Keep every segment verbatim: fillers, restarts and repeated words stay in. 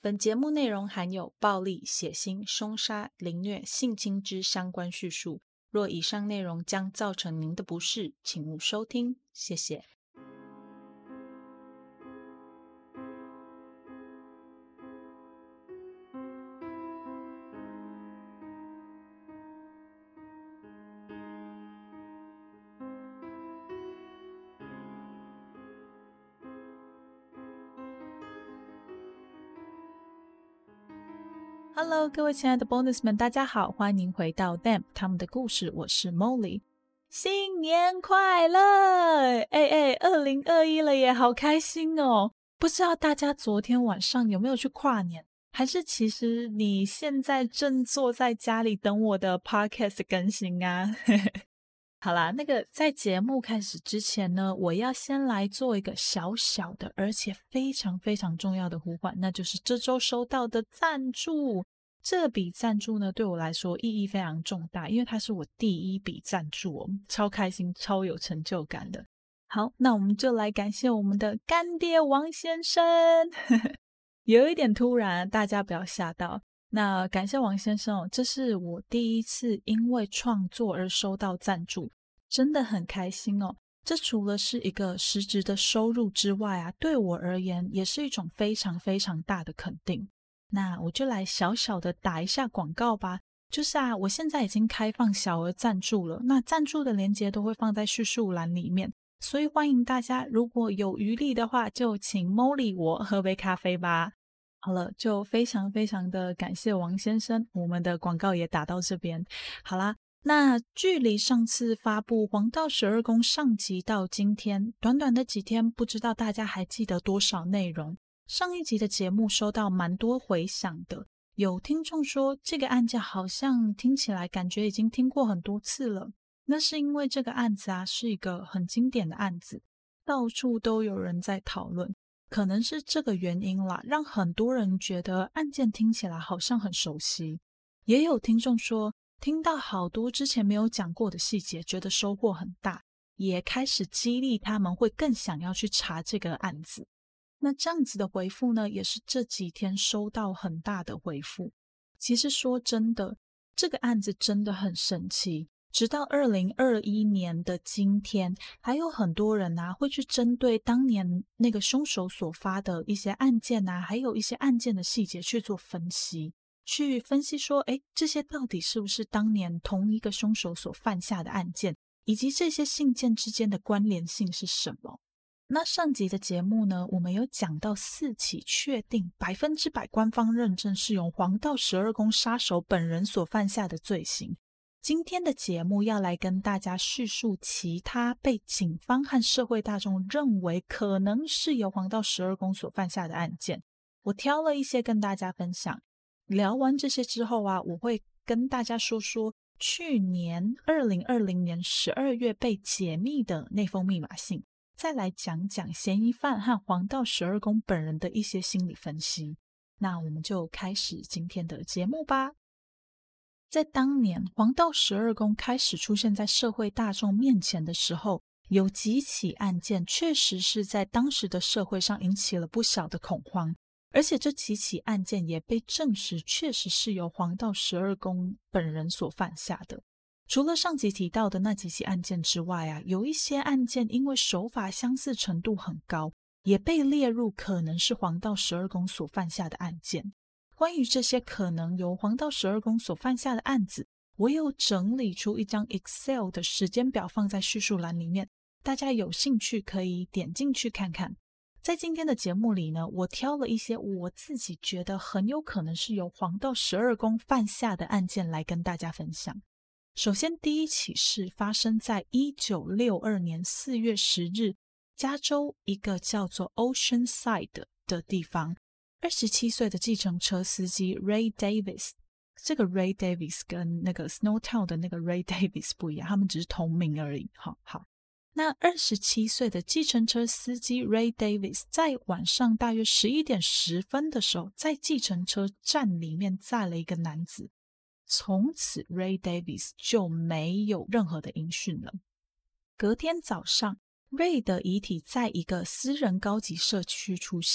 本节目内容含有暴力、血腥、凶杀、凌虐、性侵之相关叙述，若以上内容将造成您的不适，请勿收听，谢谢。Hello， 各位亲爱的 bonus 们，大家好，欢迎回到 Them 他们的故事，我是 Molly。新年快乐！哎哎，二零二一了耶，好开心哦！不知道大家昨天晚上有没有去跨年，还是其实你现在正坐在家里等我的 podcast 更新啊？好啦，那个在节目开始之前呢，我要先来做一个小小的，而且非常非常重要的呼唤，那就是这周收到的赞助。这笔赞助呢，对我来说意义非常重大，因为它是我第一笔赞助哦，超开心，超有成就感的。好，那我们就来感谢我们的干爹王先生。有一点突然，大家不要吓到。那感谢王先生哦，这是我第一次因为创作而收到赞助，真的很开心哦。这除了是一个实质的收入之外啊，对我而言也是一种非常非常大的肯定。那我就来小小的打一下广告吧，就是啊，我现在已经开放小额赞助了，那赞助的连结都会放在叙述栏里面，所以欢迎大家如果有余力的话，就请 Molly 我喝杯咖啡吧。好了，就非常非常的感谢王先生，我们的广告也打到这边。好啦，那距离上次发布黄道十二宫上集到今天，短短的几天，不知道大家还记得多少内容？上一集的节目收到蛮多回响的，有听众说这个案件好像听起来感觉已经听过很多次了。那是因为这个案子啊是一个很经典的案子，到处都有人在讨论。可能是这个原因啦，让很多人觉得案件听起来好像很熟悉。也有听众说，听到好多之前没有讲过的细节，觉得收获很大，也开始激励他们会更想要去查这个案子。那这样子的回复呢，也是这几天收到很大的回复。其实说真的，这个案子真的很神奇。直到二零二一年的今天，还有很多人啊会去针对当年那个凶手所发的一些案件啊，还有一些案件的细节去做分析，去分析说，诶，这些到底是不是当年同一个凶手所犯下的案件，以及这些信件之间的关联性是什么。那上集的节目呢，我们有讲到四起确定百分之百官方认证是由黄道十二宫杀手本人所犯下的罪行。今天的节目要来跟大家叙述其他被警方和社会大众认为可能是由黄道十二宫所犯下的案件。我挑了一些跟大家分享。聊完这些之后啊，我会跟大家说说去年二零二零年十二月被解密的那封密码信，再来讲讲嫌疑犯和黄道十二宫本人的一些心理分析。那我们就开始今天的节目吧。在当年黄道十二宫开始出现在社会大众面前的时候，有几起案件确实是在当时的社会上引起了不小的恐慌，而且这几起案件也被证实确实是由黄道十二宫本人所犯下的。除了上集提到的那几起案件之外啊，有一些案件因为手法相似程度很高，也被列入可能是黄道十二宫所犯下的案件。关于这些可能由黄道十二宫所犯下的案子，我有整理出一张 Excel 的时间表放在叙述栏里面，大家有兴趣可以点进去看看。在今天的节目里呢，我挑了一些我自己觉得很有可能是由黄道十二宫犯下的案件来跟大家分享。首先，第一起是发生在一九六二年四月十日，加州一个叫做 Oceanside 的地方。二十七岁的计程车司机 Ray Davis， 这个 Ray Davis 跟那个 Snowtown 的那个 Ray Davis 不一样，他们只是同名而已。好好，那二十七岁的计程车司机 Ray Davis 在晚上大约十一点十分的时候，在计程车站里面载了一个男子。从此 Ray Davis 就没有任何的音讯了。隔天早上， Ray 的遗体在一个私人高级社区出现，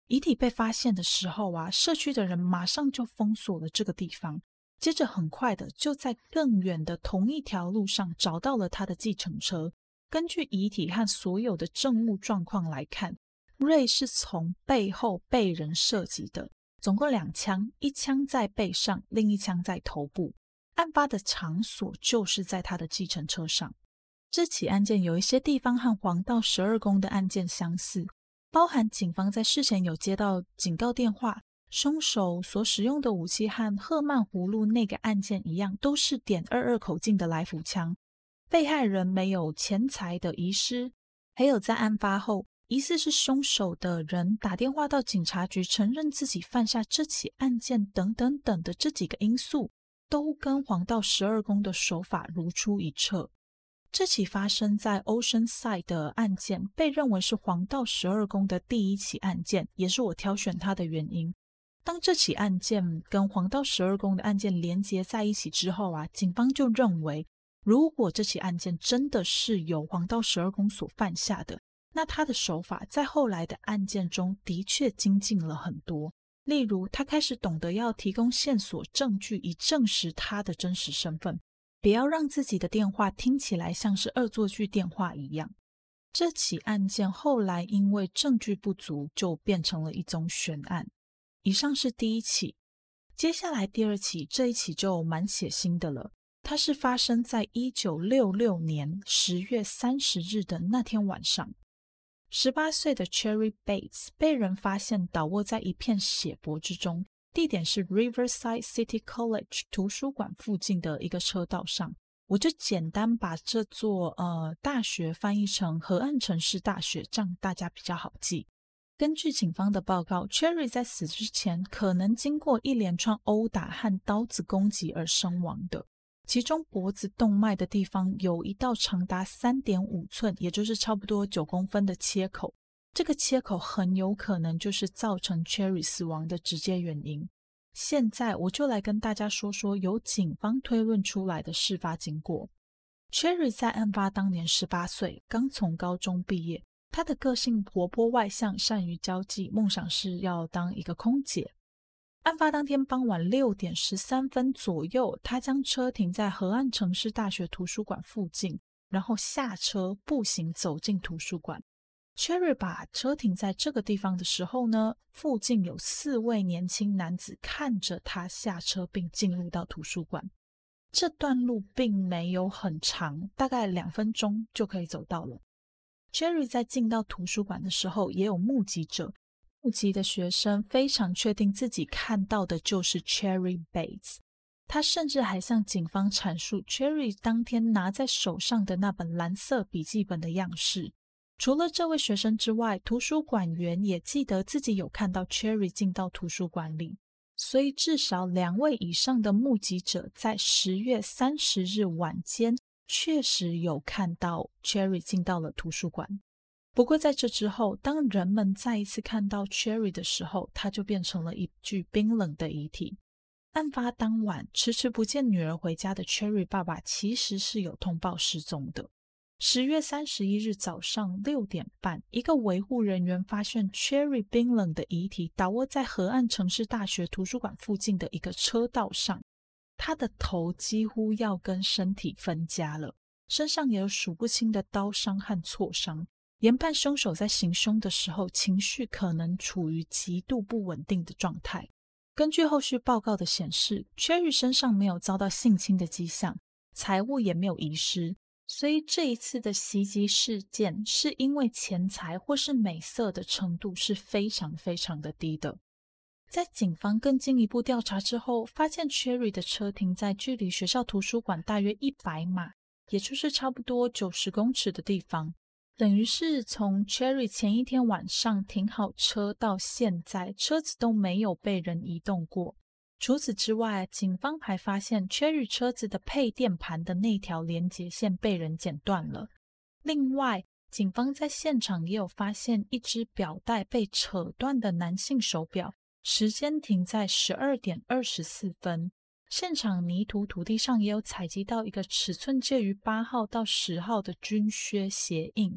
遗体被发现的时候啊，社区的人马上就封锁了这个地方，接着很快的就在更远的同一条路上找到了他的计程车。根据遗体和所有的证物状况来看，瑞是从背后被人射击的，总共两枪，一枪在背上，另一枪在头部。案发的场所就是在他的计程车上。这起案件有一些地方和黄道十二宫的案件相似，包含警方在事前有接到警告电话，凶手所使用的武器和赫曼葫芦那个案件一样，都是点二二口径的来福枪。被害人没有钱财的遗失，还有在案发后疑似是凶手的人打电话到警察局承认自己犯下这起案件等等等的这几个因素，都跟黄道十二宫的手法如出一辙。这起发生在 Oceanside 的案件被认为是黄道十二宫的第一起案件，也是我挑选它的原因。当这起案件跟黄道十二宫的案件连结在一起之后啊，警方就认为如果这起案件真的是由黄道十二宫所犯下的，那他的手法在后来的案件中的确精进了很多。例如，他开始懂得要提供线索证据以证实他的真实身份，不要让自己的电话听起来像是恶作剧电话一样。这起案件后来因为证据不足，就变成了一宗悬案。以上是第一起，接下来第二起，这一起就蛮血腥的了。它是发生在一九六六年十月三十日的那天晚上。十八岁的 Cherry Bates 被人发现倒卧在一片血泊之中，地点是 Riverside City College 图书馆附近的一个车道上。我就简单把这座呃大学翻译成河岸城市大学，这样大家比较好记。根据警方的报告， Cherry 在死之前可能经过一连串殴打和刀子攻击而身亡的。其中脖子动脉的地方有一道长达 三点五寸，也就是差不多九公分的切口，这个切口很有可能就是造成 Cherry 死亡的直接原因。现在我就来跟大家说说由警方推论出来的事发经过。 Cherry 在案发当年十八岁，刚从高中毕业，她的个性活泼外向，善于交际，梦想是要当一个空姐。案发当天傍晚六点十三分左右，他将车停在河岸城市大学图书馆附近，然后下车步行走进图书馆。Cherry 把车停在这个地方的时候呢，附近有四位年轻男子看着他下车并进入到图书馆。这段路并没有很长，大概两分钟就可以走到了。Cherry 在进到图书馆的时候，也有目击者。目击的学生非常确定自己看到的就是 Cherry Bates， 他甚至还向警方阐述 Cherry 当天拿在手上的那本蓝色笔记本的样式。除了这位学生之外，图书馆员也记得自己有看到 Cherry 进到图书馆里，所以至少两位以上的目击者在十月三十日晚间确实有看到 Cherry 进到了图书馆。不过在这之后，当人们再一次看到 Cherry 的时候，他就变成了一具冰冷的遗体。案发当晚，迟迟不见女儿回家的 Cherry 爸爸其实是有通报失踪的。十月三十一日早上六点半，一个维护人员发现 Cherry 冰冷的遗体倒卧在河岸城市大学图书馆附近的一个车道上，他的头几乎要跟身体分家了，身上也有数不清的刀伤和挫伤。研判凶手在行凶的时候情绪可能处于极度不稳定的状态。根据后续报告的显示， Cherry 身上没有遭到性侵的迹象，财物也没有遗失，所以这一次的袭击事件是因为钱财或是美色的程度是非常非常的低的。在警方更进一步调查之后，发现 Cherry 的车停在距离学校图书馆大约一百码，也就是差不多九十公尺的地方。等于是从 Cherry 前一天晚上停好车到现在，车子都没有被人移动过。除此之外，警方还发现 Cherry 车子的配电盘的那条连接线被人剪断了。另外，警方在现场也有发现一只表带被扯断的男性手表，时间停在十二点二十四分。现场泥土土地上也有采集到一个尺寸介于八号到十号的军靴鞋印。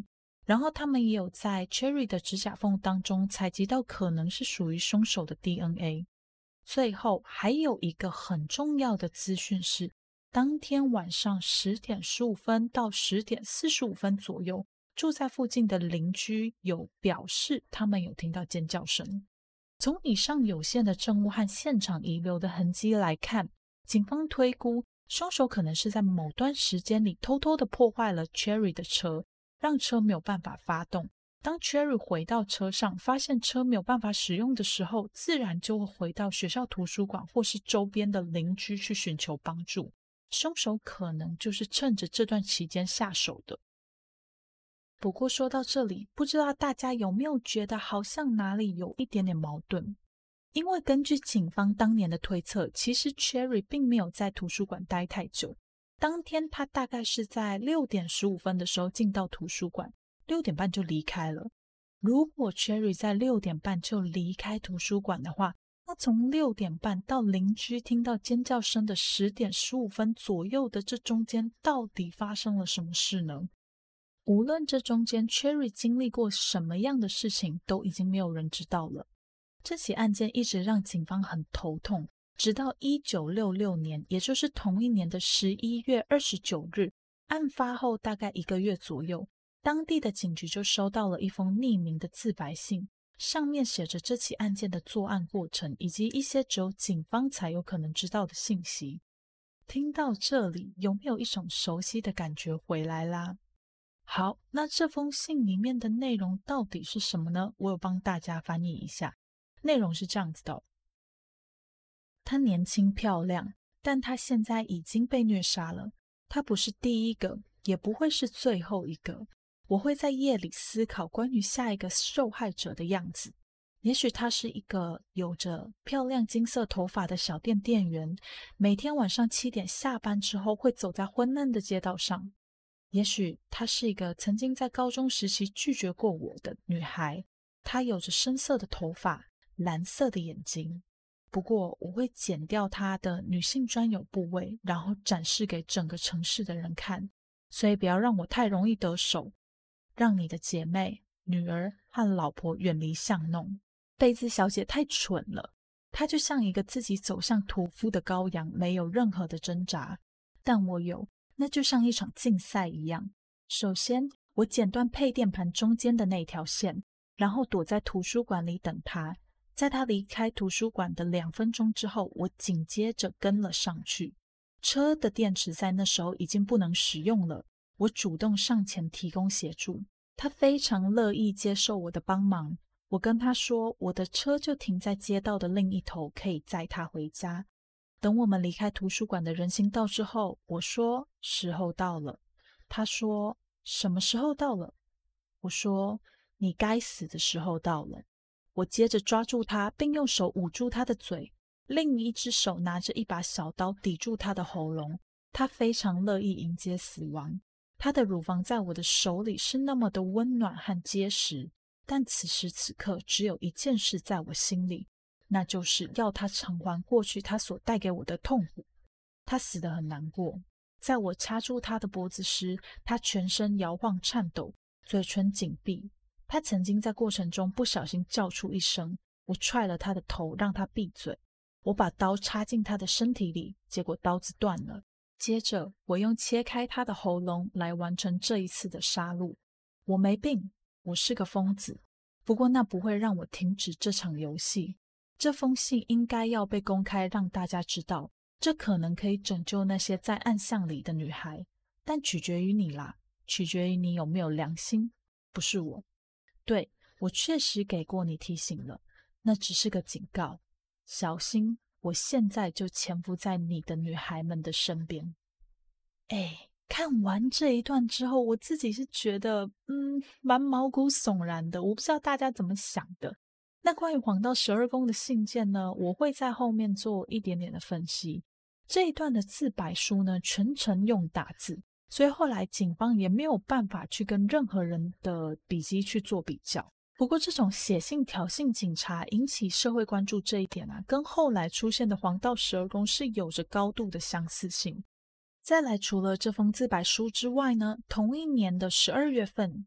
然后他们也有在 Cherry 的指甲缝当中采集到可能是属于凶手的 D N A。 最后还有一个很重要的资讯是，当天晚上十点十五分到十点四十五分左右，住在附近的邻居有表示他们有听到尖叫声。从以上有限的证物和现场遗留的痕迹来看，警方推估凶手可能是在某段时间里偷偷的破坏了 Cherry 的车，让车没有办法发动。当 Cherry 回到车上，发现车没有办法使用的时候，自然就会回到学校图书馆或是周边的邻居去寻求帮助。凶手可能就是趁着这段期间下手的。不过说到这里，不知道大家有没有觉得好像哪里有一点点矛盾？因为根据警方当年的推测，其实 Cherry 并没有在图书馆待太久。当天他大概是在六点十五分的时候进到图书馆，六点半就离开了。如果 Cherry 在六点半就离开图书馆的话，那从六点半到邻居听到尖叫声的十点十五分左右的这中间，到底发生了什么事呢？无论这中间 Cherry 经历过什么样的事情，都已经没有人知道了。这起案件一直让警方很头痛，直到一九六六年，也就是同一年的十一月二十九日，案发后大概一个月左右，当地的警局就收到了一封匿名的自白信，上面写着这起案件的作案过程，以及一些只有警方才有可能知道的信息。听到这里，有没有一种熟悉的感觉回来啦？好，那这封信里面的内容到底是什么呢？我有帮大家翻译一下。内容是这样子的哦，她年轻漂亮，但她现在已经被虐杀了。她不是第一个，也不会是最后一个。我会在夜里思考关于下一个受害者的样子。也许她是一个有着漂亮金色头发的小店店员，每天晚上七点下班之后会走在昏暗的街道上。也许她是一个曾经在高中时期拒绝过我的女孩，她有着深色的头发，蓝色的眼睛。不过我会剪掉她的女性专有部位，然后展示给整个城市的人看，所以不要让我太容易得手，让你的姐妹、女儿和老婆远离巷弄。贝兹小姐太蠢了，她就像一个自己走向屠夫的羔羊，没有任何的挣扎。但我有，那就像一场竞赛一样。首先，我剪断配电盘中间的那条线，然后躲在图书馆里等她。在她离开图书馆的两分钟之后，我紧接着跟了上去。车的电池在那时候已经不能使用了，我主动上前提供协助。她非常乐意接受我的帮忙。我跟她说，我的车就停在街道的另一头，可以载她回家。等我们离开图书馆的人行道之后，我说时候到了。她说什么时候到了？我说你该死的时候到了。我接着抓住她，并用手捂住她的嘴，另一只手拿着一把小刀抵住她的喉咙。她非常乐意迎接死亡。她的乳房在我的手里是那么的温暖和结实，但此时此刻只有一件事在我心里，那就是要她偿还过去她所带给我的痛苦。她死得很难过。在我掐住她的脖子时，她全身摇晃颤抖，嘴唇紧闭。她曾经在过程中不小心叫出一声，我踹了她的头，让她闭嘴。我把刀插进她的身体里，结果刀子断了。接着我用切开她的喉咙来完成这一次的杀戮。我没病，我是个疯子，不过那不会让我停止这场游戏。这封信应该要被公开，让大家知道，这可能可以拯救那些在暗巷里的女孩，但取决于你啦，取决于你有没有良心，不是我。对，我确实给过你提醒了，那只是个警告，小心，我现在就潜伏在你的女孩们的身边。哎，看完这一段之后，我自己是觉得嗯，蛮毛骨悚然的，我不知道大家怎么想的。那关于黄道十二宫的信件呢，我会在后面做一点点的分析。这一段的自白书呢，全程用打字，所以后来警方也没有办法去跟任何人的笔迹去做比较。不过这种写信挑衅警察引起社会关注这一点啊，跟后来出现的黄道十二宫是有着高度的相似性。再来，除了这封自白书之外呢，同一年的十二月份，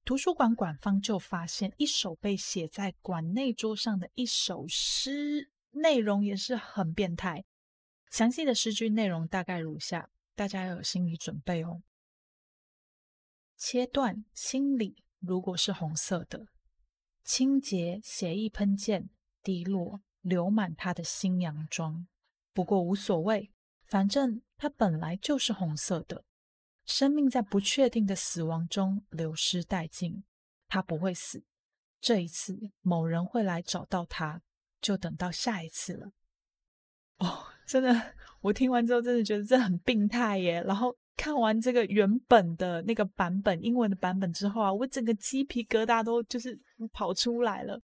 图书馆馆方就发现一首被写在馆内桌上的一首诗，内容也是很变态。详细的诗句内容大概如下，大家要有心理准备哦。切断心里如果是红色的，清洁血液喷溅滴落流满他的新洋装，不过无所谓，反正它本来就是红色的。生命在不确定的死亡中流失殆尽，他不会死。这一次某人会来找到他，就等到下一次了。哦，真的，我听完之后真的觉得这很病态耶。然后看完这个原本的那个版本，英文的版本之后啊，我整个鸡皮疙瘩都就是跑出来了。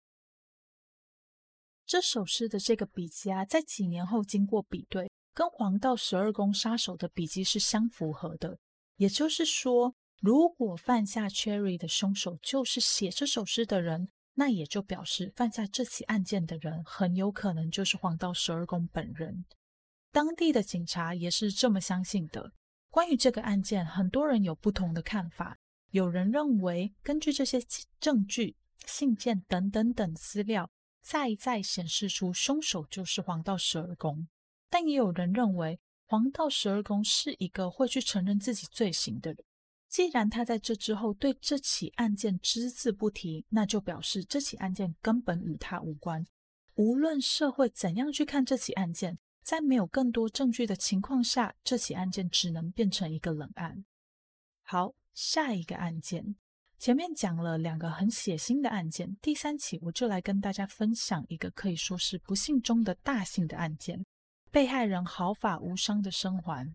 这首诗的这个笔记啊，在几年后经过比对，跟黄道十二宫杀手的笔记是相符合的。也就是说，如果犯下 Cherry 的凶手就是写这首诗的人，那也就表示犯下这起案件的人很有可能就是黄道十二宫本人。当地的警察也是这么相信的。关于这个案件，很多人有不同的看法。有人认为，根据这些证据、信件等等等资料，再再显示出凶手就是黄道十二宫。但也有人认为，黄道十二宫是一个会去承认自己罪行的人。既然他在这之后对这起案件只字不提，那就表示这起案件根本与他无关。无论社会怎样去看这起案件，在没有更多证据的情况下，这起案件只能变成一个冷案。好，下一个案件。前面讲了两个很血腥的案件，第三起我就来跟大家分享一个可以说是不幸中的大幸的案件。被害人毫发无伤的生还。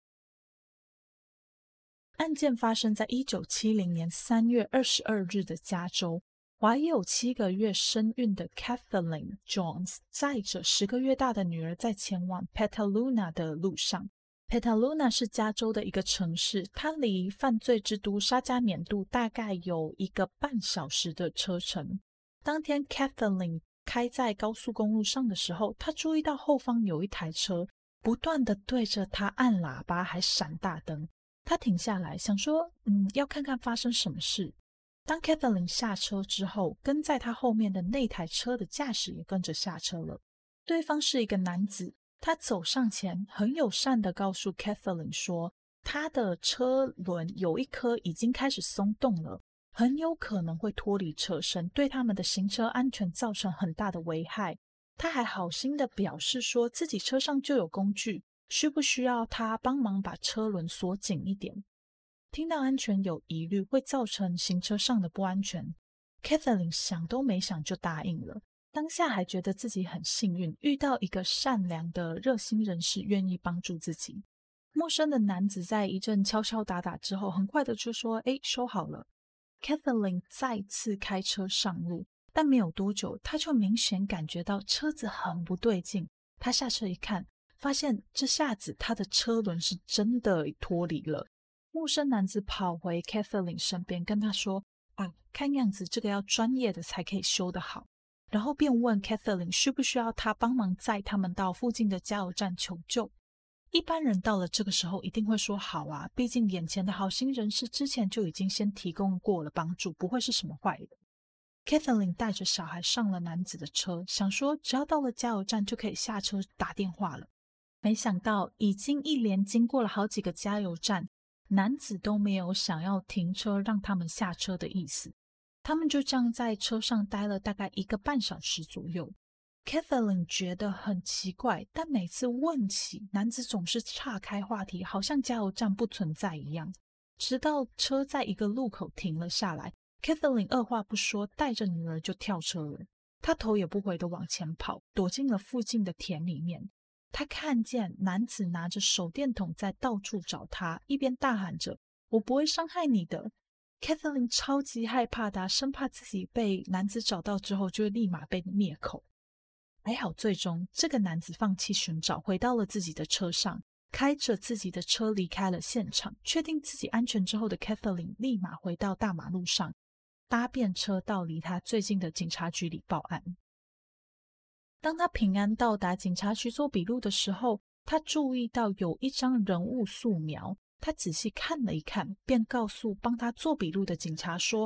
案件发生在一九七零年三月二十二日的加州。怀有七个月身孕的 Kathleen Jones 载着十个月大的女儿在前往 Petaluma 的路上。Petaluma 是加州的一个城市，它离犯罪之都沙加缅度大概有一个半小时的车程。当天 Kathleen开在高速公路上的时候，他注意到后方有一台车不断的对着他按喇叭还闪大灯。他停下来想说嗯，要看看发生什么事。当 Kathleen 下车之后，跟在他后面的那台车的驾驶也跟着下车了。对方是一个男子，他走上前很友善的告诉 Kathleen 说，他的车轮有一颗已经开始松动了，很有可能会脱离车身，对他们的行车安全造成很大的危害。他还好心的表示说自己车上就有工具，需不需要他帮忙把车轮锁紧一点。听到安全有疑虑会造成行车上的不安全， Kathleen 想都没想就答应了。当下还觉得自己很幸运，遇到一个善良的热心人士愿意帮助自己。陌生的男子在一阵敲敲打打之后，很快的就说诶，收好了。 Kathleen 再次开车上路，但没有多久他就明显感觉到车子很不对劲。他下车一看，发现这下子他的车轮是真的脱离了。陌生男子跑回 Kathleen 身边跟他说啊，看样子这个要专业的才可以修得好。然后便问 Kathleen 需不需要他帮忙载他们到附近的加油站求救。一般人到了这个时候一定会说好啊，毕竟眼前的好心人士之前就已经先提供过了帮助，不会是什么坏人。Kathleen 带着小孩上了男子的车，想说只要到了加油站就可以下车打电话了。没想到已经一连经过了好几个加油站，男子都没有想要停车让他们下车的意思。他们就这样在车上待了大概一个半小时左右。Kathleen 觉得很奇怪，但每次问起，男子总是岔开话题，好像加油站不存在一样。直到车在一个路口停了下来， Kathleen 二话不说带着女儿就跳车了。她头也不回的往前跑，躲进了附近的田里面。她看见男子拿着手电筒在到处找她，一边大喊着我不会伤害你的。 Kathleen 超级害怕的，生怕自己被男子找到之后就会立马被灭口。还好最终这个男子放弃寻找，回到了自己的车上，开着自己的车离开了现场。确定自己安全之后的 Kathleen 立马回到大马路上，搭便车到离他最近的警察局里报案。当他平安到达警察局做笔录的时候，他注意到有一张人物素描。他仔细看了一看，便告诉帮他做笔录的警察说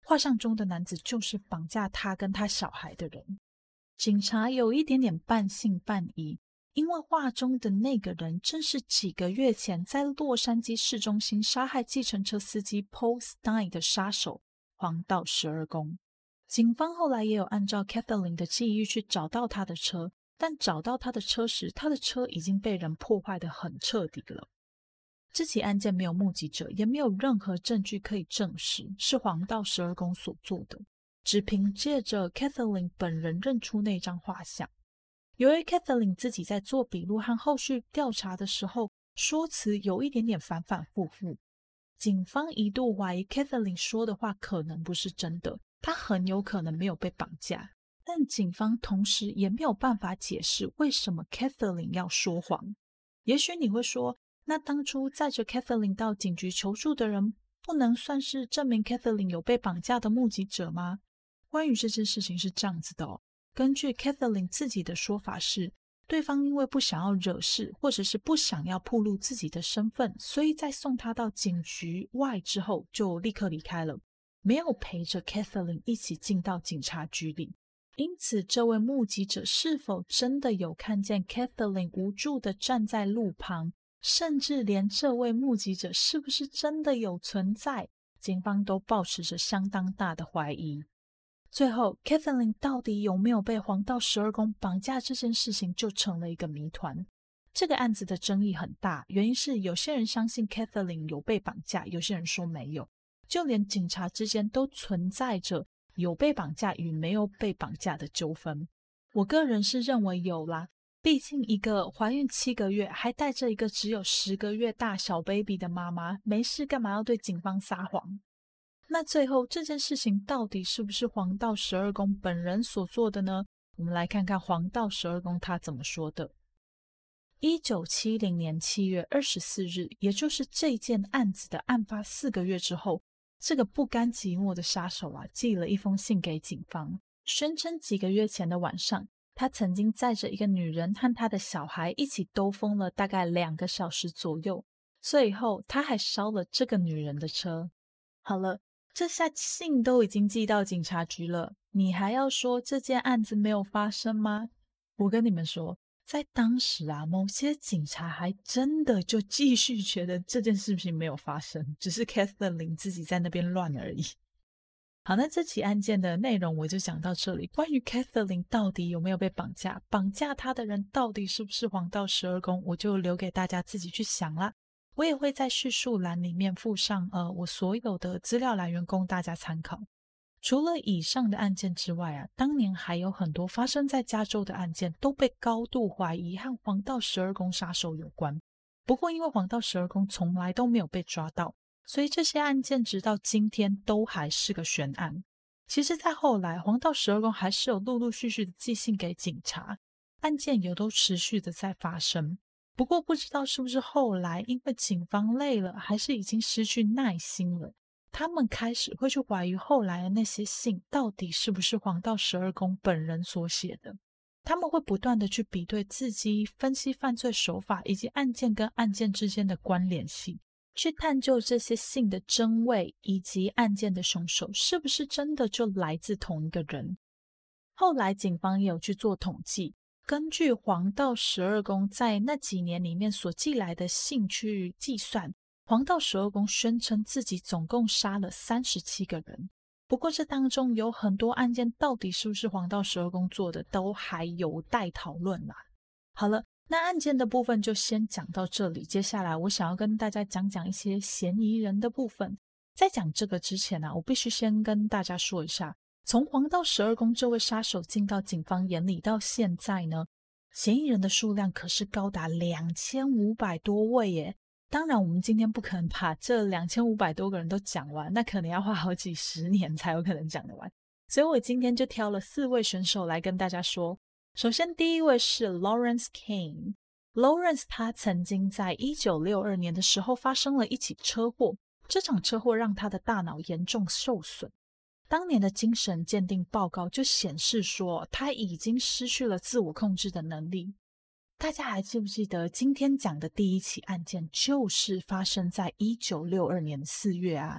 画像中的男子就是绑架他跟他小孩的人。警察有一点点半信半疑，因为画中的那个人正是几个月前在洛杉矶市中心杀害计程车司机 Paul Stine 的杀手黄道十二宫。警方后来也有按照 Kathleen 的记忆去找到他的车，但找到他的车时，他的车已经被人破坏得很彻底了。这起案件没有目击者，也没有任何证据可以证实是黄道十二宫所做的，只凭借着 Kathleen 本人认出那张画像。由于 Kathleen 自己在做笔录和后续调查的时候，说辞有一点点反反复复，警方一度怀疑 Kathleen 说的话可能不是真的，她很有可能没有被绑架。但警方同时也没有办法解释为什么 Kathleen 要说谎。也许你会说，那当初载着 Kathleen 到警局求助的人不能算是证明 Kathleen 有被绑架的目击者吗？关于这件事情是这样子的哦，根据 Kathleen 自己的说法是，对方因为不想要惹事，或者是不想要暴露自己的身份，所以在送他到警局外之后就立刻离开了，没有陪着 Kathleen 一起进到警察局里。因此，这位目击者是否真的有看见 Kathleen 无助地站在路旁，甚至连这位目击者是不是真的有存在，警方都抱持着相当大的怀疑。最后 Kathleen 到底有没有被黄道十二宫绑架这件事情就成了一个谜团。这个案子的争议很大，原因是有些人相信 Kathleen 有被绑架，有些人说没有，就连警察之间都存在着有被绑架与没有被绑架的纠纷。我个人是认为有啦，毕竟一个怀孕七个月还带着一个只有十个月大小 baby 的妈妈，没事干嘛要对警方撒谎？那最后这件事情到底是不是黄道十二宫本人所做的呢？我们来看看黄道十二宫他怎么说的。一九七零年七月二十四日，也就是这件案子的案发四个月之后，这个不甘寂寞的杀手啊，寄了一封信给警方，宣称几个月前的晚上，他曾经载着一个女人和他的小孩一起兜风了大概两个小时左右，最后他还烧了这个女人的车。好了，这下信都已经寄到警察局了，你还要说这件案子没有发生吗？我跟你们说，在当时啊，某些警察还真的就继续觉得这件事情没有发生，只是 Kathleen 自己在那边乱而已。好，那这起案件的内容我就讲到这里。关于 Kathleen 到底有没有被绑架，绑架她的人到底是不是黄道十二宫，我就留给大家自己去想啦。我也会在叙述栏里面附上呃我所有的资料来源供大家参考。除了以上的案件之外啊，当年还有很多发生在加州的案件都被高度怀疑和黄道十二宫杀手有关。不过因为黄道十二宫从来都没有被抓到，所以这些案件直到今天都还是个悬案。其实在后来，黄道十二宫还是有陆陆续续的寄信给警察，案件也都持续的在发生。不过不知道是不是后来因为警方累了，还是已经失去耐心了，他们开始会去怀疑后来的那些信到底是不是黄道十二宫本人所写的。他们会不断的去比对字迹，分析犯罪手法以及案件跟案件之间的关联性，去探究这些信的真伪以及案件的凶手是不是真的就来自同一个人。后来警方也有去做统计，根据黄道十二宫在那几年里面所寄来的信去计算，黄道十二宫宣称自己总共杀了三十七个人。不过这当中有很多案件到底是不是黄道十二宫做的，都还有待讨论啦。好了，那案件的部分就先讲到这里，接下来我想要跟大家讲讲一些嫌疑人的部分。在讲这个之前啊，我必须先跟大家说一下，从黄道十二宫这位杀手进到警方眼里到现在呢，嫌疑人的数量可是高达两千五百多位耶。当然我们今天不可能把这两千五百多个人都讲完，那可能要花好几十年才有可能讲得完，所以我今天就挑了四位选手来跟大家说。首先第一位是 Lawrence Kane。 Lawrence 他曾经在一九六二年的时候发生了一起车祸，这场车祸让他的大脑严重受损。当年的精神鉴定报告就显示说他已经失去了自我控制的能力。大家还记不记得今天讲的第一起案件就是发生在一九六二年四月啊？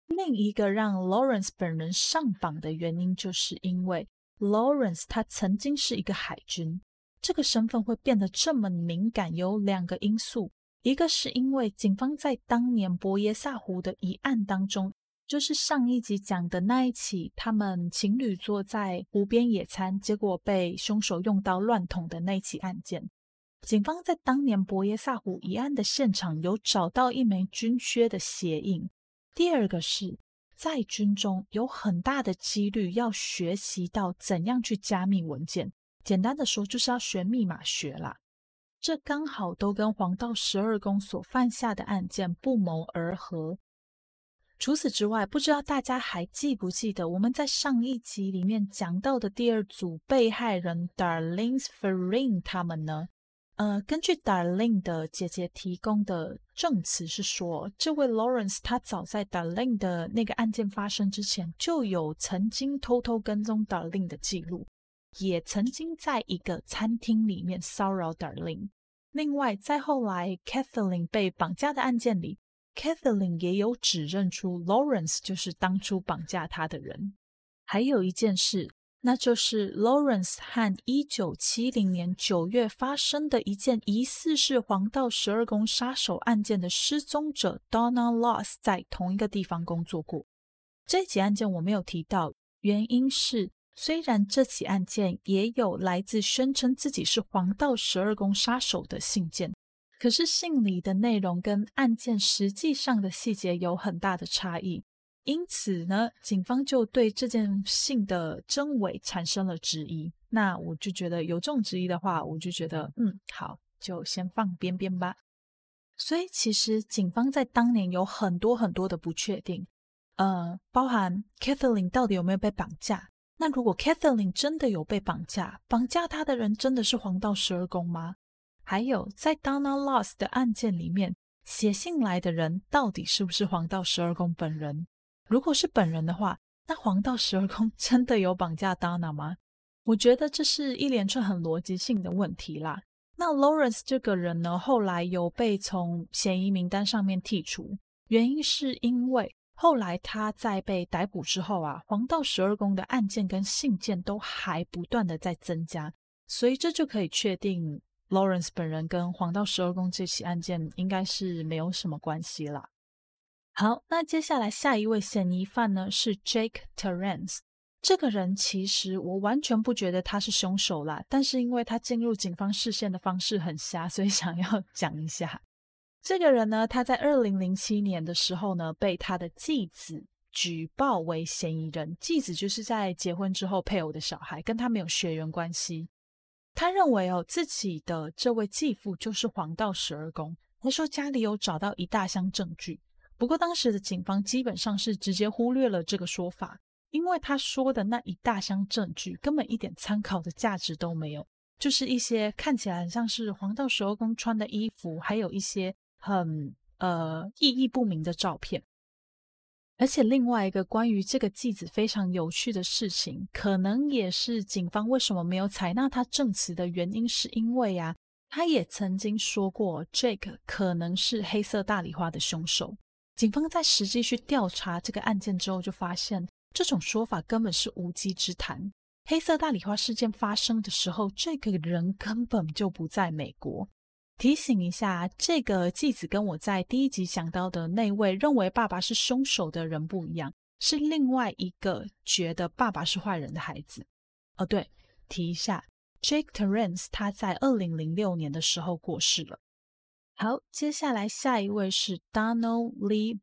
另一个让 Lawrence 本人上榜的原因，就是因为 Lawrence 他曾经是一个海军。这个身份会变得这么敏感，有两个因素，一个是因为警方在当年博耶萨湖的疑案当中，就是上一集讲的那一起他们情侣坐在湖边野餐，结果被凶手用刀乱捅的那起案件。警方在当年博耶萨湖疑案的现场有找到一枚军靴的鞋印。第二个是在军中有很大的几率要学习到怎样去加密文件，简单的说就是要学密码学啦。这刚好都跟黄道十二宫所犯下的案件不谋而合。除此之外，不知道大家还记不记得我们在上一集里面讲到的第二组被害人 Darlene Ferrin 他们呢？呃，根据 Darlene 的姐姐提供的证词是说，这位 Lawrence 他早在 Darlene 的那个案件发生之前，就有曾经偷偷跟踪 Darlene 的记录，也曾经在一个餐厅里面骚扰 Darlene。另外，在后来 Kathleen 被绑架的案件里， Kathleen 也有指认出 Lawrence 就是当初绑架他的人。还有一件事，那就是 Lawrence 和一九七零年九月发生的一件疑似是黄道十二宫杀手案件的失踪者 Donna Loss 在同一个地方工作过。这起案件我没有提到，原因是虽然这起案件也有来自宣称自己是黄道十二宫杀手的信件，可是信里的内容跟案件实际上的细节有很大的差异。因此呢，警方就对这件信的真伪产生了质疑。那我就觉得有这种质疑的话，我就觉得嗯，好，就先放边边吧。所以其实警方在当年有很多很多的不确定，呃，包含 Kathleen 到底有没有被绑架。那如果 Kathleen 真的有被绑架，绑架她的人真的是黄道十二宫吗？还有在 Donna Loss 的案件里面，写信来的人到底是不是黄道十二宫本人？如果是本人的话，那黄道十二宫真的有绑架 Donna 吗？我觉得这是一连串很逻辑性的问题啦。那 Lawrence 这个人呢，后来有被从嫌疑名单上面剔除，原因是因为后来他在被逮捕之后啊，黄道十二宫的案件跟信件都还不断的在增加，所以这就可以确定 Lawrence 本人跟黄道十二宫这起案件应该是没有什么关系啦。好，那接下来下一位嫌疑犯呢是 Jake Terrence。 这个人其实我完全不觉得他是凶手啦，但是因为他进入警方视线的方式很瞎，所以想要讲一下。这个人呢，他在二零零七年的时候呢，被他的继子举报为嫌疑人。继子就是在结婚之后配偶的小孩，跟他没有血缘关系。他认为哦，自己的这位继父就是黄道十二宫，他说家里有找到一大箱证据。不过当时的警方基本上是直接忽略了这个说法，因为他说的那一大箱证据根本一点参考的价值都没有，就是一些看起来很像是黄道十二宫穿的衣服，还有一些很呃意义不明的照片。而且另外一个关于这个继子非常有趣的事情，可能也是警方为什么没有采纳他证词的原因，是因为啊，他也曾经说过 Jake 可能是黑色大理花的凶手。警方在实际去调查这个案件之后，就发现这种说法根本是无稽之谈。黑色大理花事件发生的时候，这个人根本就不在美国。提醒一下，这个继子跟我在第一集讲到的那位认为爸爸是凶手的人不一样，是另外一个觉得爸爸是坏人的孩子。哦对，提一下 Jake Terrence 他在二零零六年的时候过世了。好，接下来下一位是 Donald Lee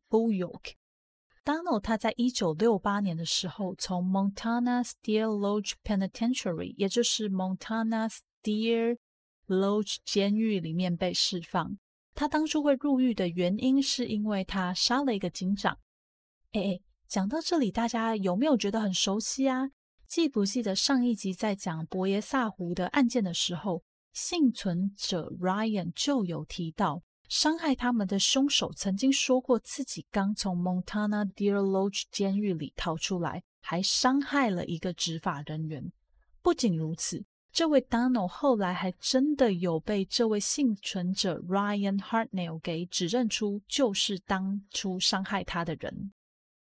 Buyok。Donald 他在一九六八年的时候从 Montana Steer Lodge Penitentiary， 也就是 Montana Steer Lodge 监狱里面被释放。他当初会入狱的原因是因为他杀了一个警长。诶诶，讲到这里大家有没有觉得很熟悉啊？记不记得上一集在讲博耶萨湖的案件的时候，幸存者 Ryan 就有提到，伤害他们的凶手曾经说过自己刚从 Montana Deer Lodge 监狱里逃出来，还伤害了一个执法人员。不仅如此，这位 Donald 后来还真的有被这位幸存者 Ryan Hartnell 给指认出就是当初伤害他的人。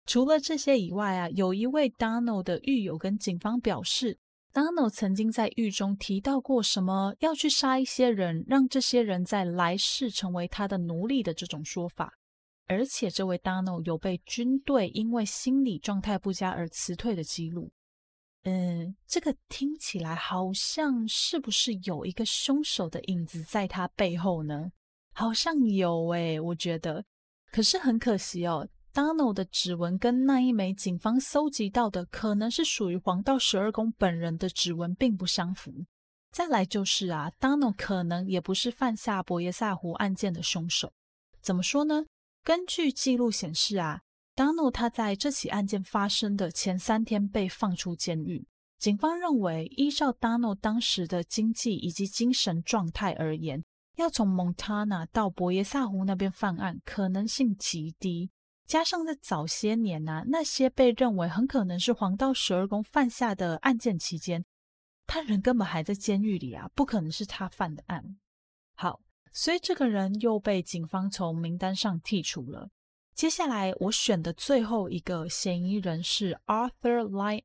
除了这些以外啊，有一位 Donald 的狱友跟警方表示， Donald 曾经在狱中提到过什么要去杀一些人，让这些人在来世成为他的奴隶的这种说法。而且这位 Donald 有被军队因为心理状态不佳而辞退的记录。嗯，这个听起来好像是不是有一个凶手的影子在他背后呢？好像有诶，我觉得。可是很可惜哦， Donald 的指纹跟那一枚警方搜集到的可能是属于黄道十二宫本人的指纹并不相符。再来就是啊 Donald 可能也不是犯下博耶萨湖案件的凶手。怎么说呢？根据记录显示啊，Donald 他在这起案件发生的前三天被放出监狱。警方认为，依照 Donald 当时的经济以及精神状态而言，要从 Montana 到博耶萨湖那边犯案可能性极低。加上在早些年啊，那些被认为很可能是黄道十二宫犯下的案件期间，他人根本还在监狱里啊，不可能是他犯的案。好，所以这个人又被警方从名单上剔除了。接下来我选的最后一个嫌疑人是 Arthur Ly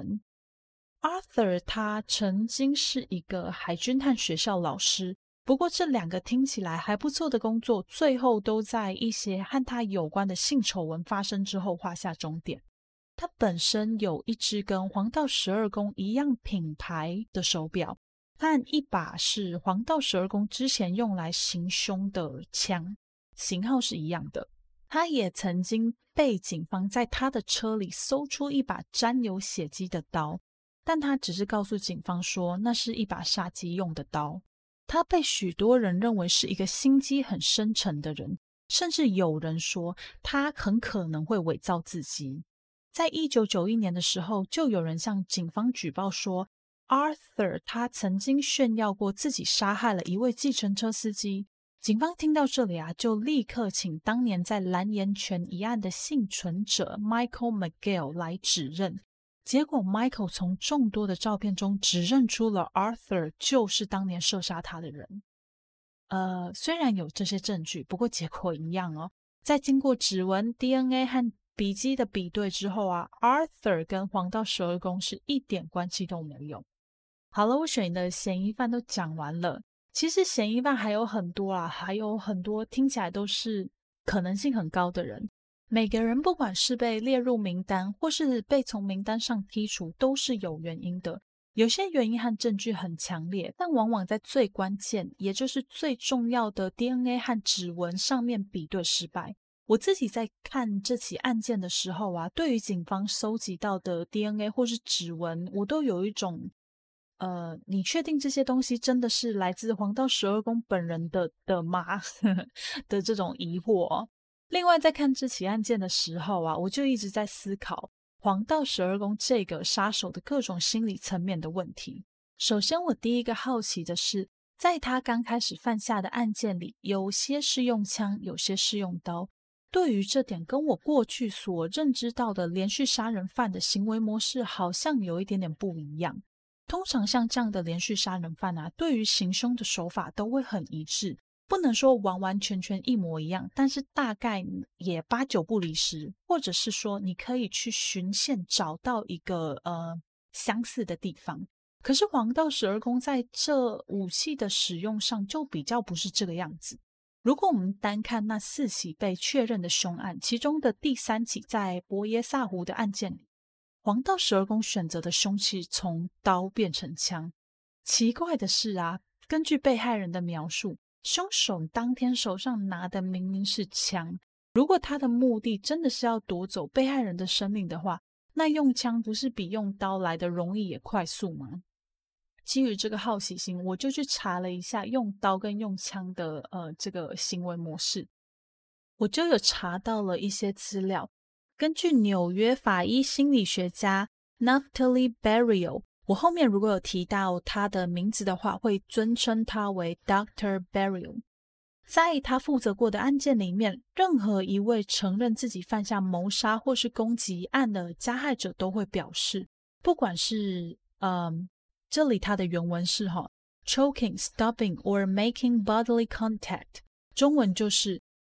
Allen。Arthur 他曾经是一个海军和学校老师，不过这两个听起来还不错的工作，最后都在一些和他有关的性丑闻发生之后画下终点。他本身有一只跟黄道十二宫一样品牌的手表，和一把是黄道十二宫之前用来行凶的枪，型号是一样的。他也曾经被警方在他的车里搜出一把沾有血迹的刀，但他只是告诉警方说那是一把杀鸡用的刀。他被许多人认为是一个心机很深沉的人，甚至有人说他很可能会伪造自己。在一九九一年的时候，就有人向警方举报说 Arthur 他曾经炫耀过自己杀害了一位计程车司机。警方听到这里啊，就立刻请当年在蓝岩泉一案的幸存者 Michael McGill 来指认。结果 Michael 从众多的照片中指认出了 Arthur 就是当年射杀他的人。呃，虽然有这些证据，不过结果一样哦。在经过指纹、D N A 和笔迹的比对之后啊 ，Arthur 跟黄道十二宫是一点关系都没有。好了，我选的嫌疑犯都讲完了。其实嫌疑犯还有很多啊，还有很多听起来都是可能性很高的人。每个人不管是被列入名单，或是被从名单上剔除，都是有原因的。有些原因和证据很强烈，但往往在最关键，也就是最重要的 D N A 和指纹上面比对失败。我自己在看这起案件的时候啊，对于警方收集到的 D N A 或是指纹，我都有一种呃，你确定这些东西真的是来自黄道十二宫本人的的吗？的这种疑惑。另外在看这起案件的时候啊，我就一直在思考黄道十二宫这个杀手的各种心理层面的问题。首先我第一个好奇的是，在他刚开始犯下的案件里，有些是用枪，有些是用刀。对于这点，跟我过去所认知到的连续杀人犯的行为模式好像有一点点不一样。通常像这样的连续杀人犯啊，对于行凶的手法都会很一致，不能说完完全全一模一样，但是大概也八九不离十，或者是说你可以去循线找到一个呃相似的地方。可是黄道十二宫在这武器的使用上就比较不是这个样子。如果我们单看那四起被确认的凶案，其中的第三起在博耶萨湖的案件里，黄道十二宫选择的凶器从刀变成枪。奇怪的是啊，根据被害人的描述，凶手当天手上拿的明明是枪。如果他的目的真的是要夺走被害人的生命的话，那用枪不是比用刀来的容易也快速吗？基于这个好奇心，我就去查了一下用刀跟用枪的呃这个行为模式。我就有查到了一些资料。根据纽约法医心理学家 Naftali Berrio， 我后面如果有提到他的名字的话，会尊称他为 Doctor Berrio。 在他负责过的案件里面，任何一位承认自己犯下谋杀或是攻击案的加害者都会表示，不管是嗯，这里他的原文是哈 choking, stopping or making bodily contact， 中文就是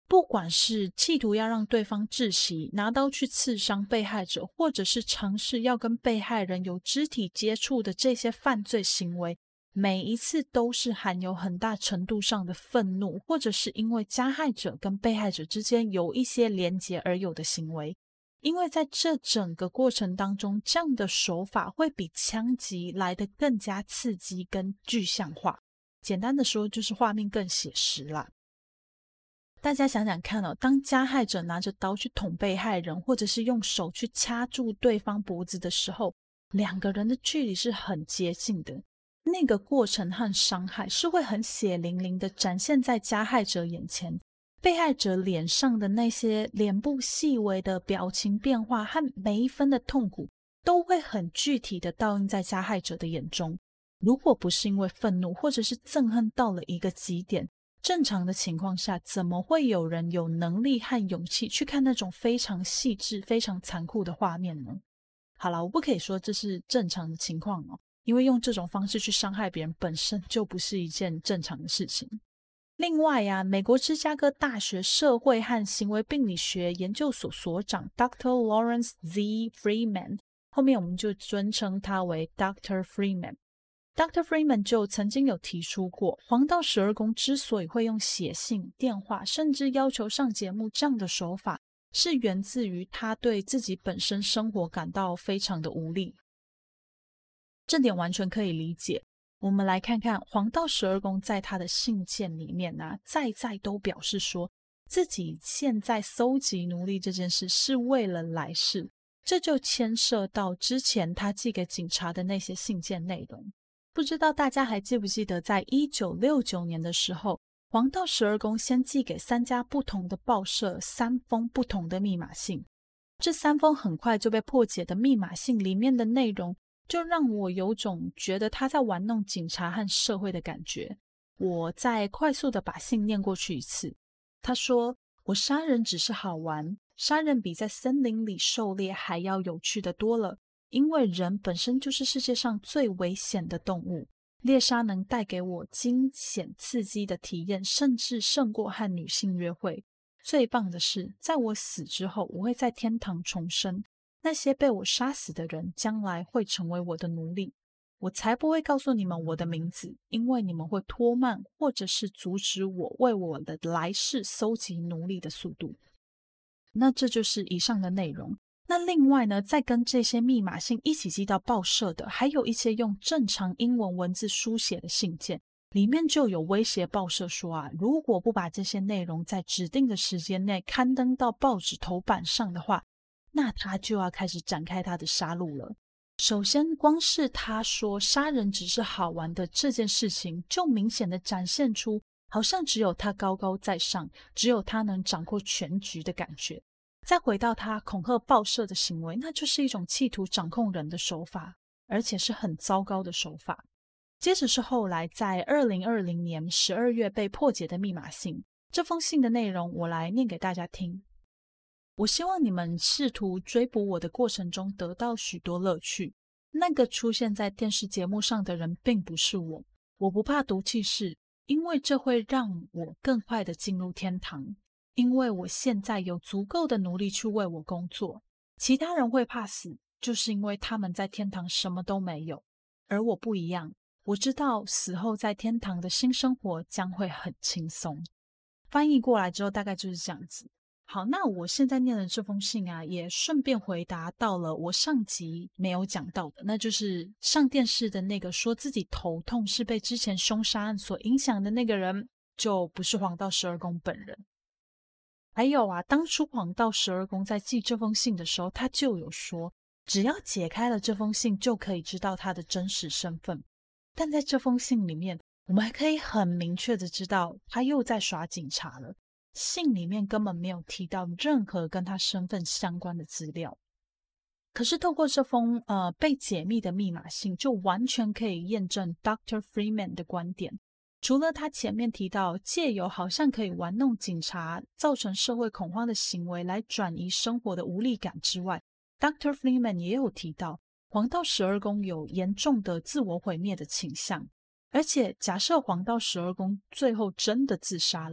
不管是企图要让对方窒息，拿刀去刺伤被害者，或者是尝试要跟被害人有肢体接触的这些犯罪行为，每一次都是含有很大程度上的愤怒，或者是因为加害者跟被害者之间有一些连结而有的行为。因为在这整个过程当中，这样的手法会比枪击来得更加刺激跟具象化。简单的说，就是画面更写实啦。大家想想看哦，当加害者拿着刀去捅被害人，或者是用手去掐住对方脖子的时候，两个人的距离是很接近的。那个过程和伤害是会很血淋淋的展现在加害者眼前，被害者脸上的那些脸部细微的表情变化和每一分的痛苦都会很具体的倒映在加害者的眼中。如果不是因为愤怒或者是憎恨到了一个极点，正常的情况下怎么会有人有能力和勇气去看那种非常细致非常残酷的画面呢？好啦，我不可以说这是正常的情况哦，因为用这种方式去伤害别人本身就不是一件正常的事情。另外啊，美国芝加哥大学社会和行为病理学研究所所长 Doctor Lawrence Z. Freeman， 后面我们就尊称他为 Doctor Freeman。Doctor Freeman 就曾经有提出过，黄道十二宫之所以会用写信、电话，甚至要求上节目这样的手法，是源自于他对自己本身生活感到非常的无力。这点完全可以理解。我们来看看黄道十二宫在他的信件里面啊，再再都表示说自己现在搜集奴隶这件事是为了来世，这就牵涉到之前他寄给警察的那些信件内容。不知道大家还记不记得，在一九六九年的时候，黄道十二宫先寄给三家不同的报社三封不同的密码信。这三封很快就被破解的密码信里面的内容，就让我有种觉得他在玩弄警察和社会的感觉。我再快速的把信念过去一次。他说，我杀人只是好玩，杀人比在森林里狩猎还要有趣的多了。因为人本身就是世界上最危险的动物，猎杀能带给我惊险刺激的体验，甚至胜过和女性约会。最棒的是，在我死之后，我会在天堂重生，那些被我杀死的人将来会成为我的奴隶。我才不会告诉你们我的名字，因为你们会拖慢或者是阻止我为我的来世搜集奴隶的速度。那这就是以上的内容。那另外呢，再跟这些密码信一起寄到报社的，还有一些用正常英文文字书写的信件，里面就有威胁报社说啊，如果不把这些内容在指定的时间内刊登到报纸头版上的话，那他就要开始展开他的杀戮了。首先，光是他说杀人只是好玩的这件事情，就明显的展现出好像只有他高高在上，只有他能掌握全局的感觉。再回到他恐吓报社的行为，那就是一种企图掌控人的手法，而且是很糟糕的手法。接着是后来在二零二零年十二月被破解的密码信，这封信的内容我来念给大家听。我希望你们试图追捕我的过程中得到许多乐趣。那个出现在电视节目上的人并不是我，我不怕毒气室，因为这会让我更快地进入天堂。因为我现在有足够的奴隶去为我工作，其他人会怕死，就是因为他们在天堂什么都没有，而我不一样，我知道死后在天堂的新生活将会很轻松。翻译过来之后大概就是这样子。好，那我现在念的这封信啊，也顺便回答到了我上集没有讲到的，那就是上电视的那个说自己头痛是被之前凶杀案所影响的那个人，就不是黄道十二宫本人。还有啊，当初黄道十二宫在寄这封信的时候，他就有说，只要解开了这封信，就可以知道他的真实身份。但在这封信里面，我们还可以很明确的知道，他又在耍警察了。信里面根本没有提到任何跟他身份相关的资料。可是透过这封呃被解密的密码信，就完全可以验证 Doctor Freeman 的观点。除了他前面提到借由好像可以玩弄警察造成社会恐慌的行为来转移生活的无力感之外， Doctor Freeman 也有提到黄道十二宫有严重的自我毁灭的倾向。而且假设黄道十二宫最后真的自杀了，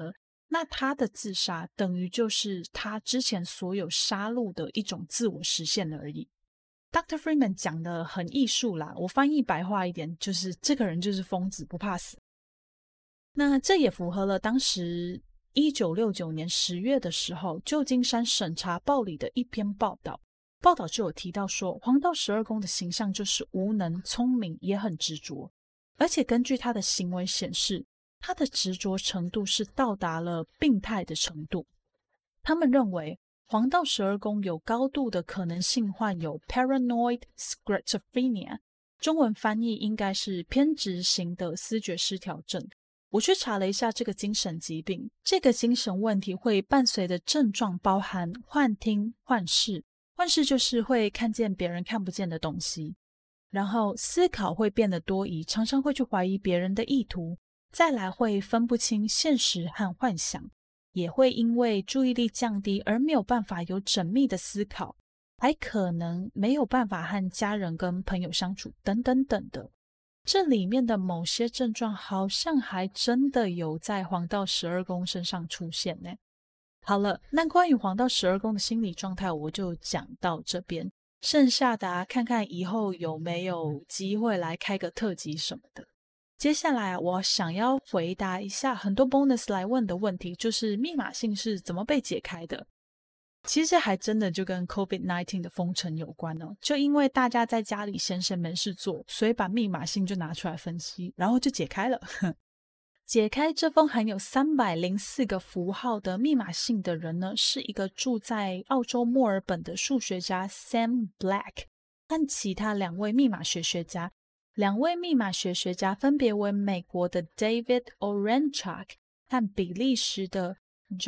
那他的自杀等于就是他之前所有杀戮的一种自我实现而已。Doctor Freeman 讲的很艺术啦，我翻译白话一点，就是这个人就是疯子，不怕死。那这也符合了当时一九六九年十月的时候，旧金山审查报里的一篇报道。报道就有提到说，黄道十二宫的形象就是无能、聪明，也很执着。而且根据他的行为显示，他的执着程度是到达了病态的程度。他们认为黄道十二宫有高度的可能性患有 paranoid schizophrenia， 中文翻译应该是偏执型的思觉失调症。我去查了一下这个精神疾病，这个精神问题会伴随的症状包含幻听、幻视，幻视就是会看见别人看不见的东西，然后思考会变得多疑，常常会去怀疑别人的意图，再来会分不清现实和幻想，也会因为注意力降低而没有办法有缜密的思考，还可能没有办法和家人跟朋友相处等等等的。这里面的某些症状好像还真的有在黄道十二宫身上出现呢。好了，那关于黄道十二宫的心理状态我就讲到这边，剩下的啊，看看以后有没有机会来开个特辑什么的。接下来我想要回答一下很多 bonus 来问的问题，就是密码性是怎么被解开的。其实还真的就跟 COVID 十九 的封城有关哦，就因为大家在家里闲闲没事做，所以把密码性就拿出来分析，然后就解开了。解开这封含有三百零四个符号的密码性的人呢，是一个住在澳洲墨尔本的数学家 Sam Black 和其他两位密码学学家。两位密码学学家分别为美国的 David Oranchak 和比利时的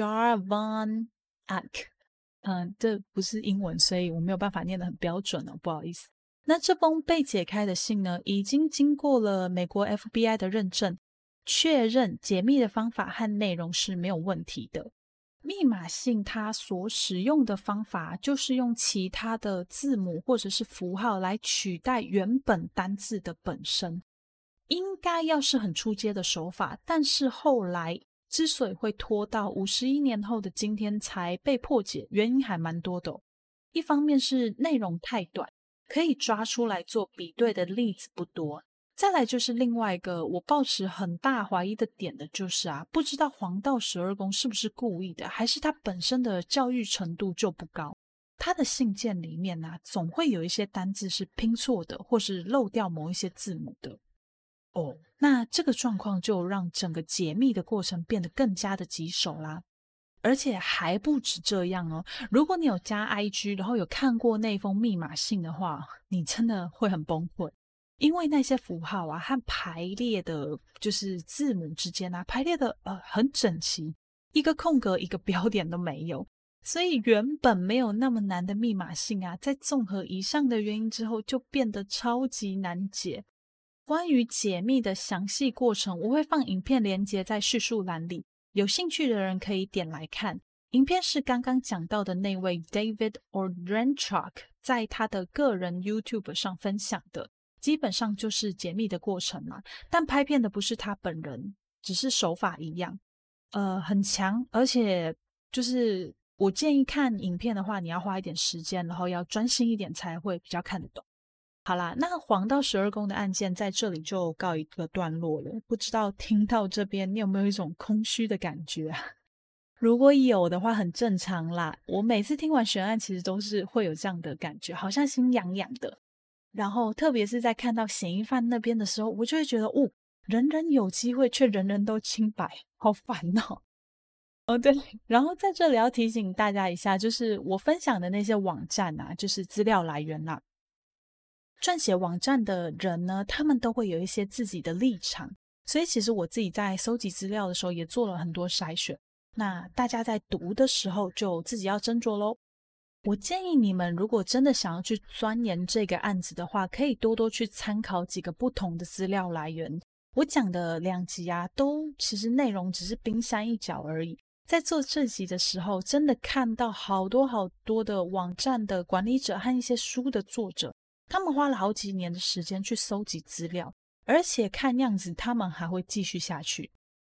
Javan Ak。嗯，这不是英文，所以我没有办法念得很标准哦，不好意思。那这封被解开的信呢，已经经过了美国 F B I 的认证，确认解密的方法和内容是没有问题的。密码信它所使用的方法就是用其他的字母或者是符号来取代原本单字的本身，应该要是很初阶的手法，但是后来之所以会拖到五十一年后的今天才被破解，原因还蛮多的哦。一方面是内容太短，可以抓出来做比对的例子不多。再来就是另外一个我抱持很大怀疑的点的就是啊，不知道黄道十二宫是不是故意的，还是他本身的教育程度就不高。他的信件里面啊，总会有一些单字是拼错的，或是漏掉某一些字母的。哦，那这个状况就让整个解密的过程变得更加的棘手啦。而且还不止这样哦，如果你有加 I G 然后有看过那封密码信的话，你真的会很崩溃，因为那些符号啊和排列的就是字母之间啊排列的呃很整齐，一个空格一个标点都没有，所以原本没有那么难的密码信啊，在综合以上的原因之后就变得超级难解。关于解密的详细过程，我会放影片连结在叙述栏里，有兴趣的人可以点来看。影片是刚刚讲到的那位 David Oranchak 在他的个人 YouTube 上分享的，基本上就是解密的过程嘛，但拍片的不是他本人，只是手法一样，呃，很强，而且就是我建议看影片的话，你要花一点时间，然后要专心一点才会比较看得懂。好啦，那黄道十二宫的案件在这里就告一个段落了。不知道听到这边你有没有一种空虚的感觉啊？如果有的话很正常啦，我每次听完悬案其实都是会有这样的感觉，好像心痒痒的。然后特别是在看到嫌疑犯那边的时候，我就会觉得哦，人人有机会却人人都清白，好烦哦。哦对，然后在这里要提醒大家一下，就是我分享的那些网站啊，就是资料来源啦。撰写网站的人呢，他们都会有一些自己的立场，所以其实我自己在搜集资料的时候也做了很多筛选，那大家在读的时候就自己要斟酌咯。我建议你们如果真的想要去钻研这个案子的话，可以多多去参考几个不同的资料来源。我讲的两集啊，都其实内容只是冰山一角而已。在做这集的时候，真的看到好多好多的网站的管理者和一些书的作者，他们花了好几年的时间去搜集资料，而且看样子他们还会继续下去。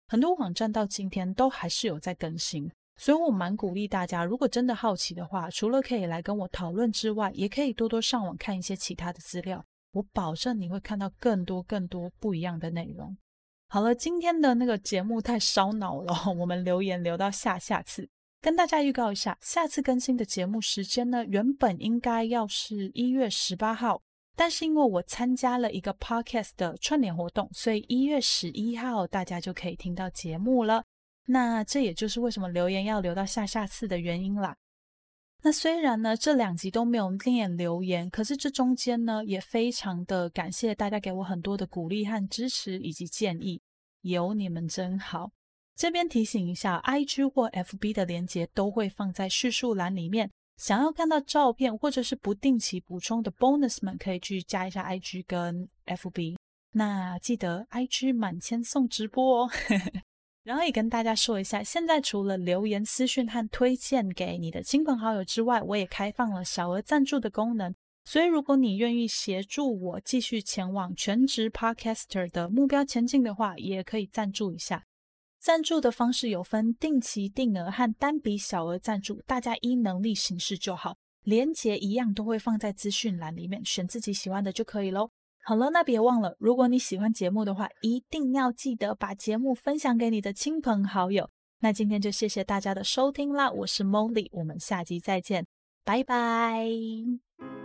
很多网站到今天都还是有在更新，所以我蛮鼓励大家，如果真的好奇的话，除了可以来跟我讨论之外，也可以多多上网看一些其他的资料，我保证你会看到更多更多不一样的内容。好了，今天的那个节目太烧脑了，我们留言留到下下次。跟大家预告一下，下次更新的节目时间呢，原本应该要是一月十八号，但是因为我参加了一个 podcast 的串联活动，所以一月十一号大家就可以听到节目了。那这也就是为什么留言要留到下下次的原因啦。那虽然呢这两集都没有念留言，可是这中间呢也非常的感谢大家给我很多的鼓励和支持以及建议，有你们真好。这边提醒一下， I G 或 F B 的连结都会放在叙述栏里面，想要看到照片或者是不定期补充的 bonus 们可以去加一下 I G 跟 F B。 那记得 I G 满千送直播哦然后也跟大家说一下，现在除了留言私讯和推荐给你的亲朋好友之外，我也开放了小额赞助的功能，所以如果你愿意协助我继续前往全职 podcaster 的目标前进的话，也可以赞助一下。赞助的方式有分定期定额和单笔小额赞助，大家依能力行事就好，连结一样都会放在资讯栏里面，选自己喜欢的就可以咯。好了，那别忘了，如果你喜欢节目的话，一定要记得把节目分享给你的亲朋好友。那今天就谢谢大家的收听啦，我是 Molly， 我们下集再见，拜拜。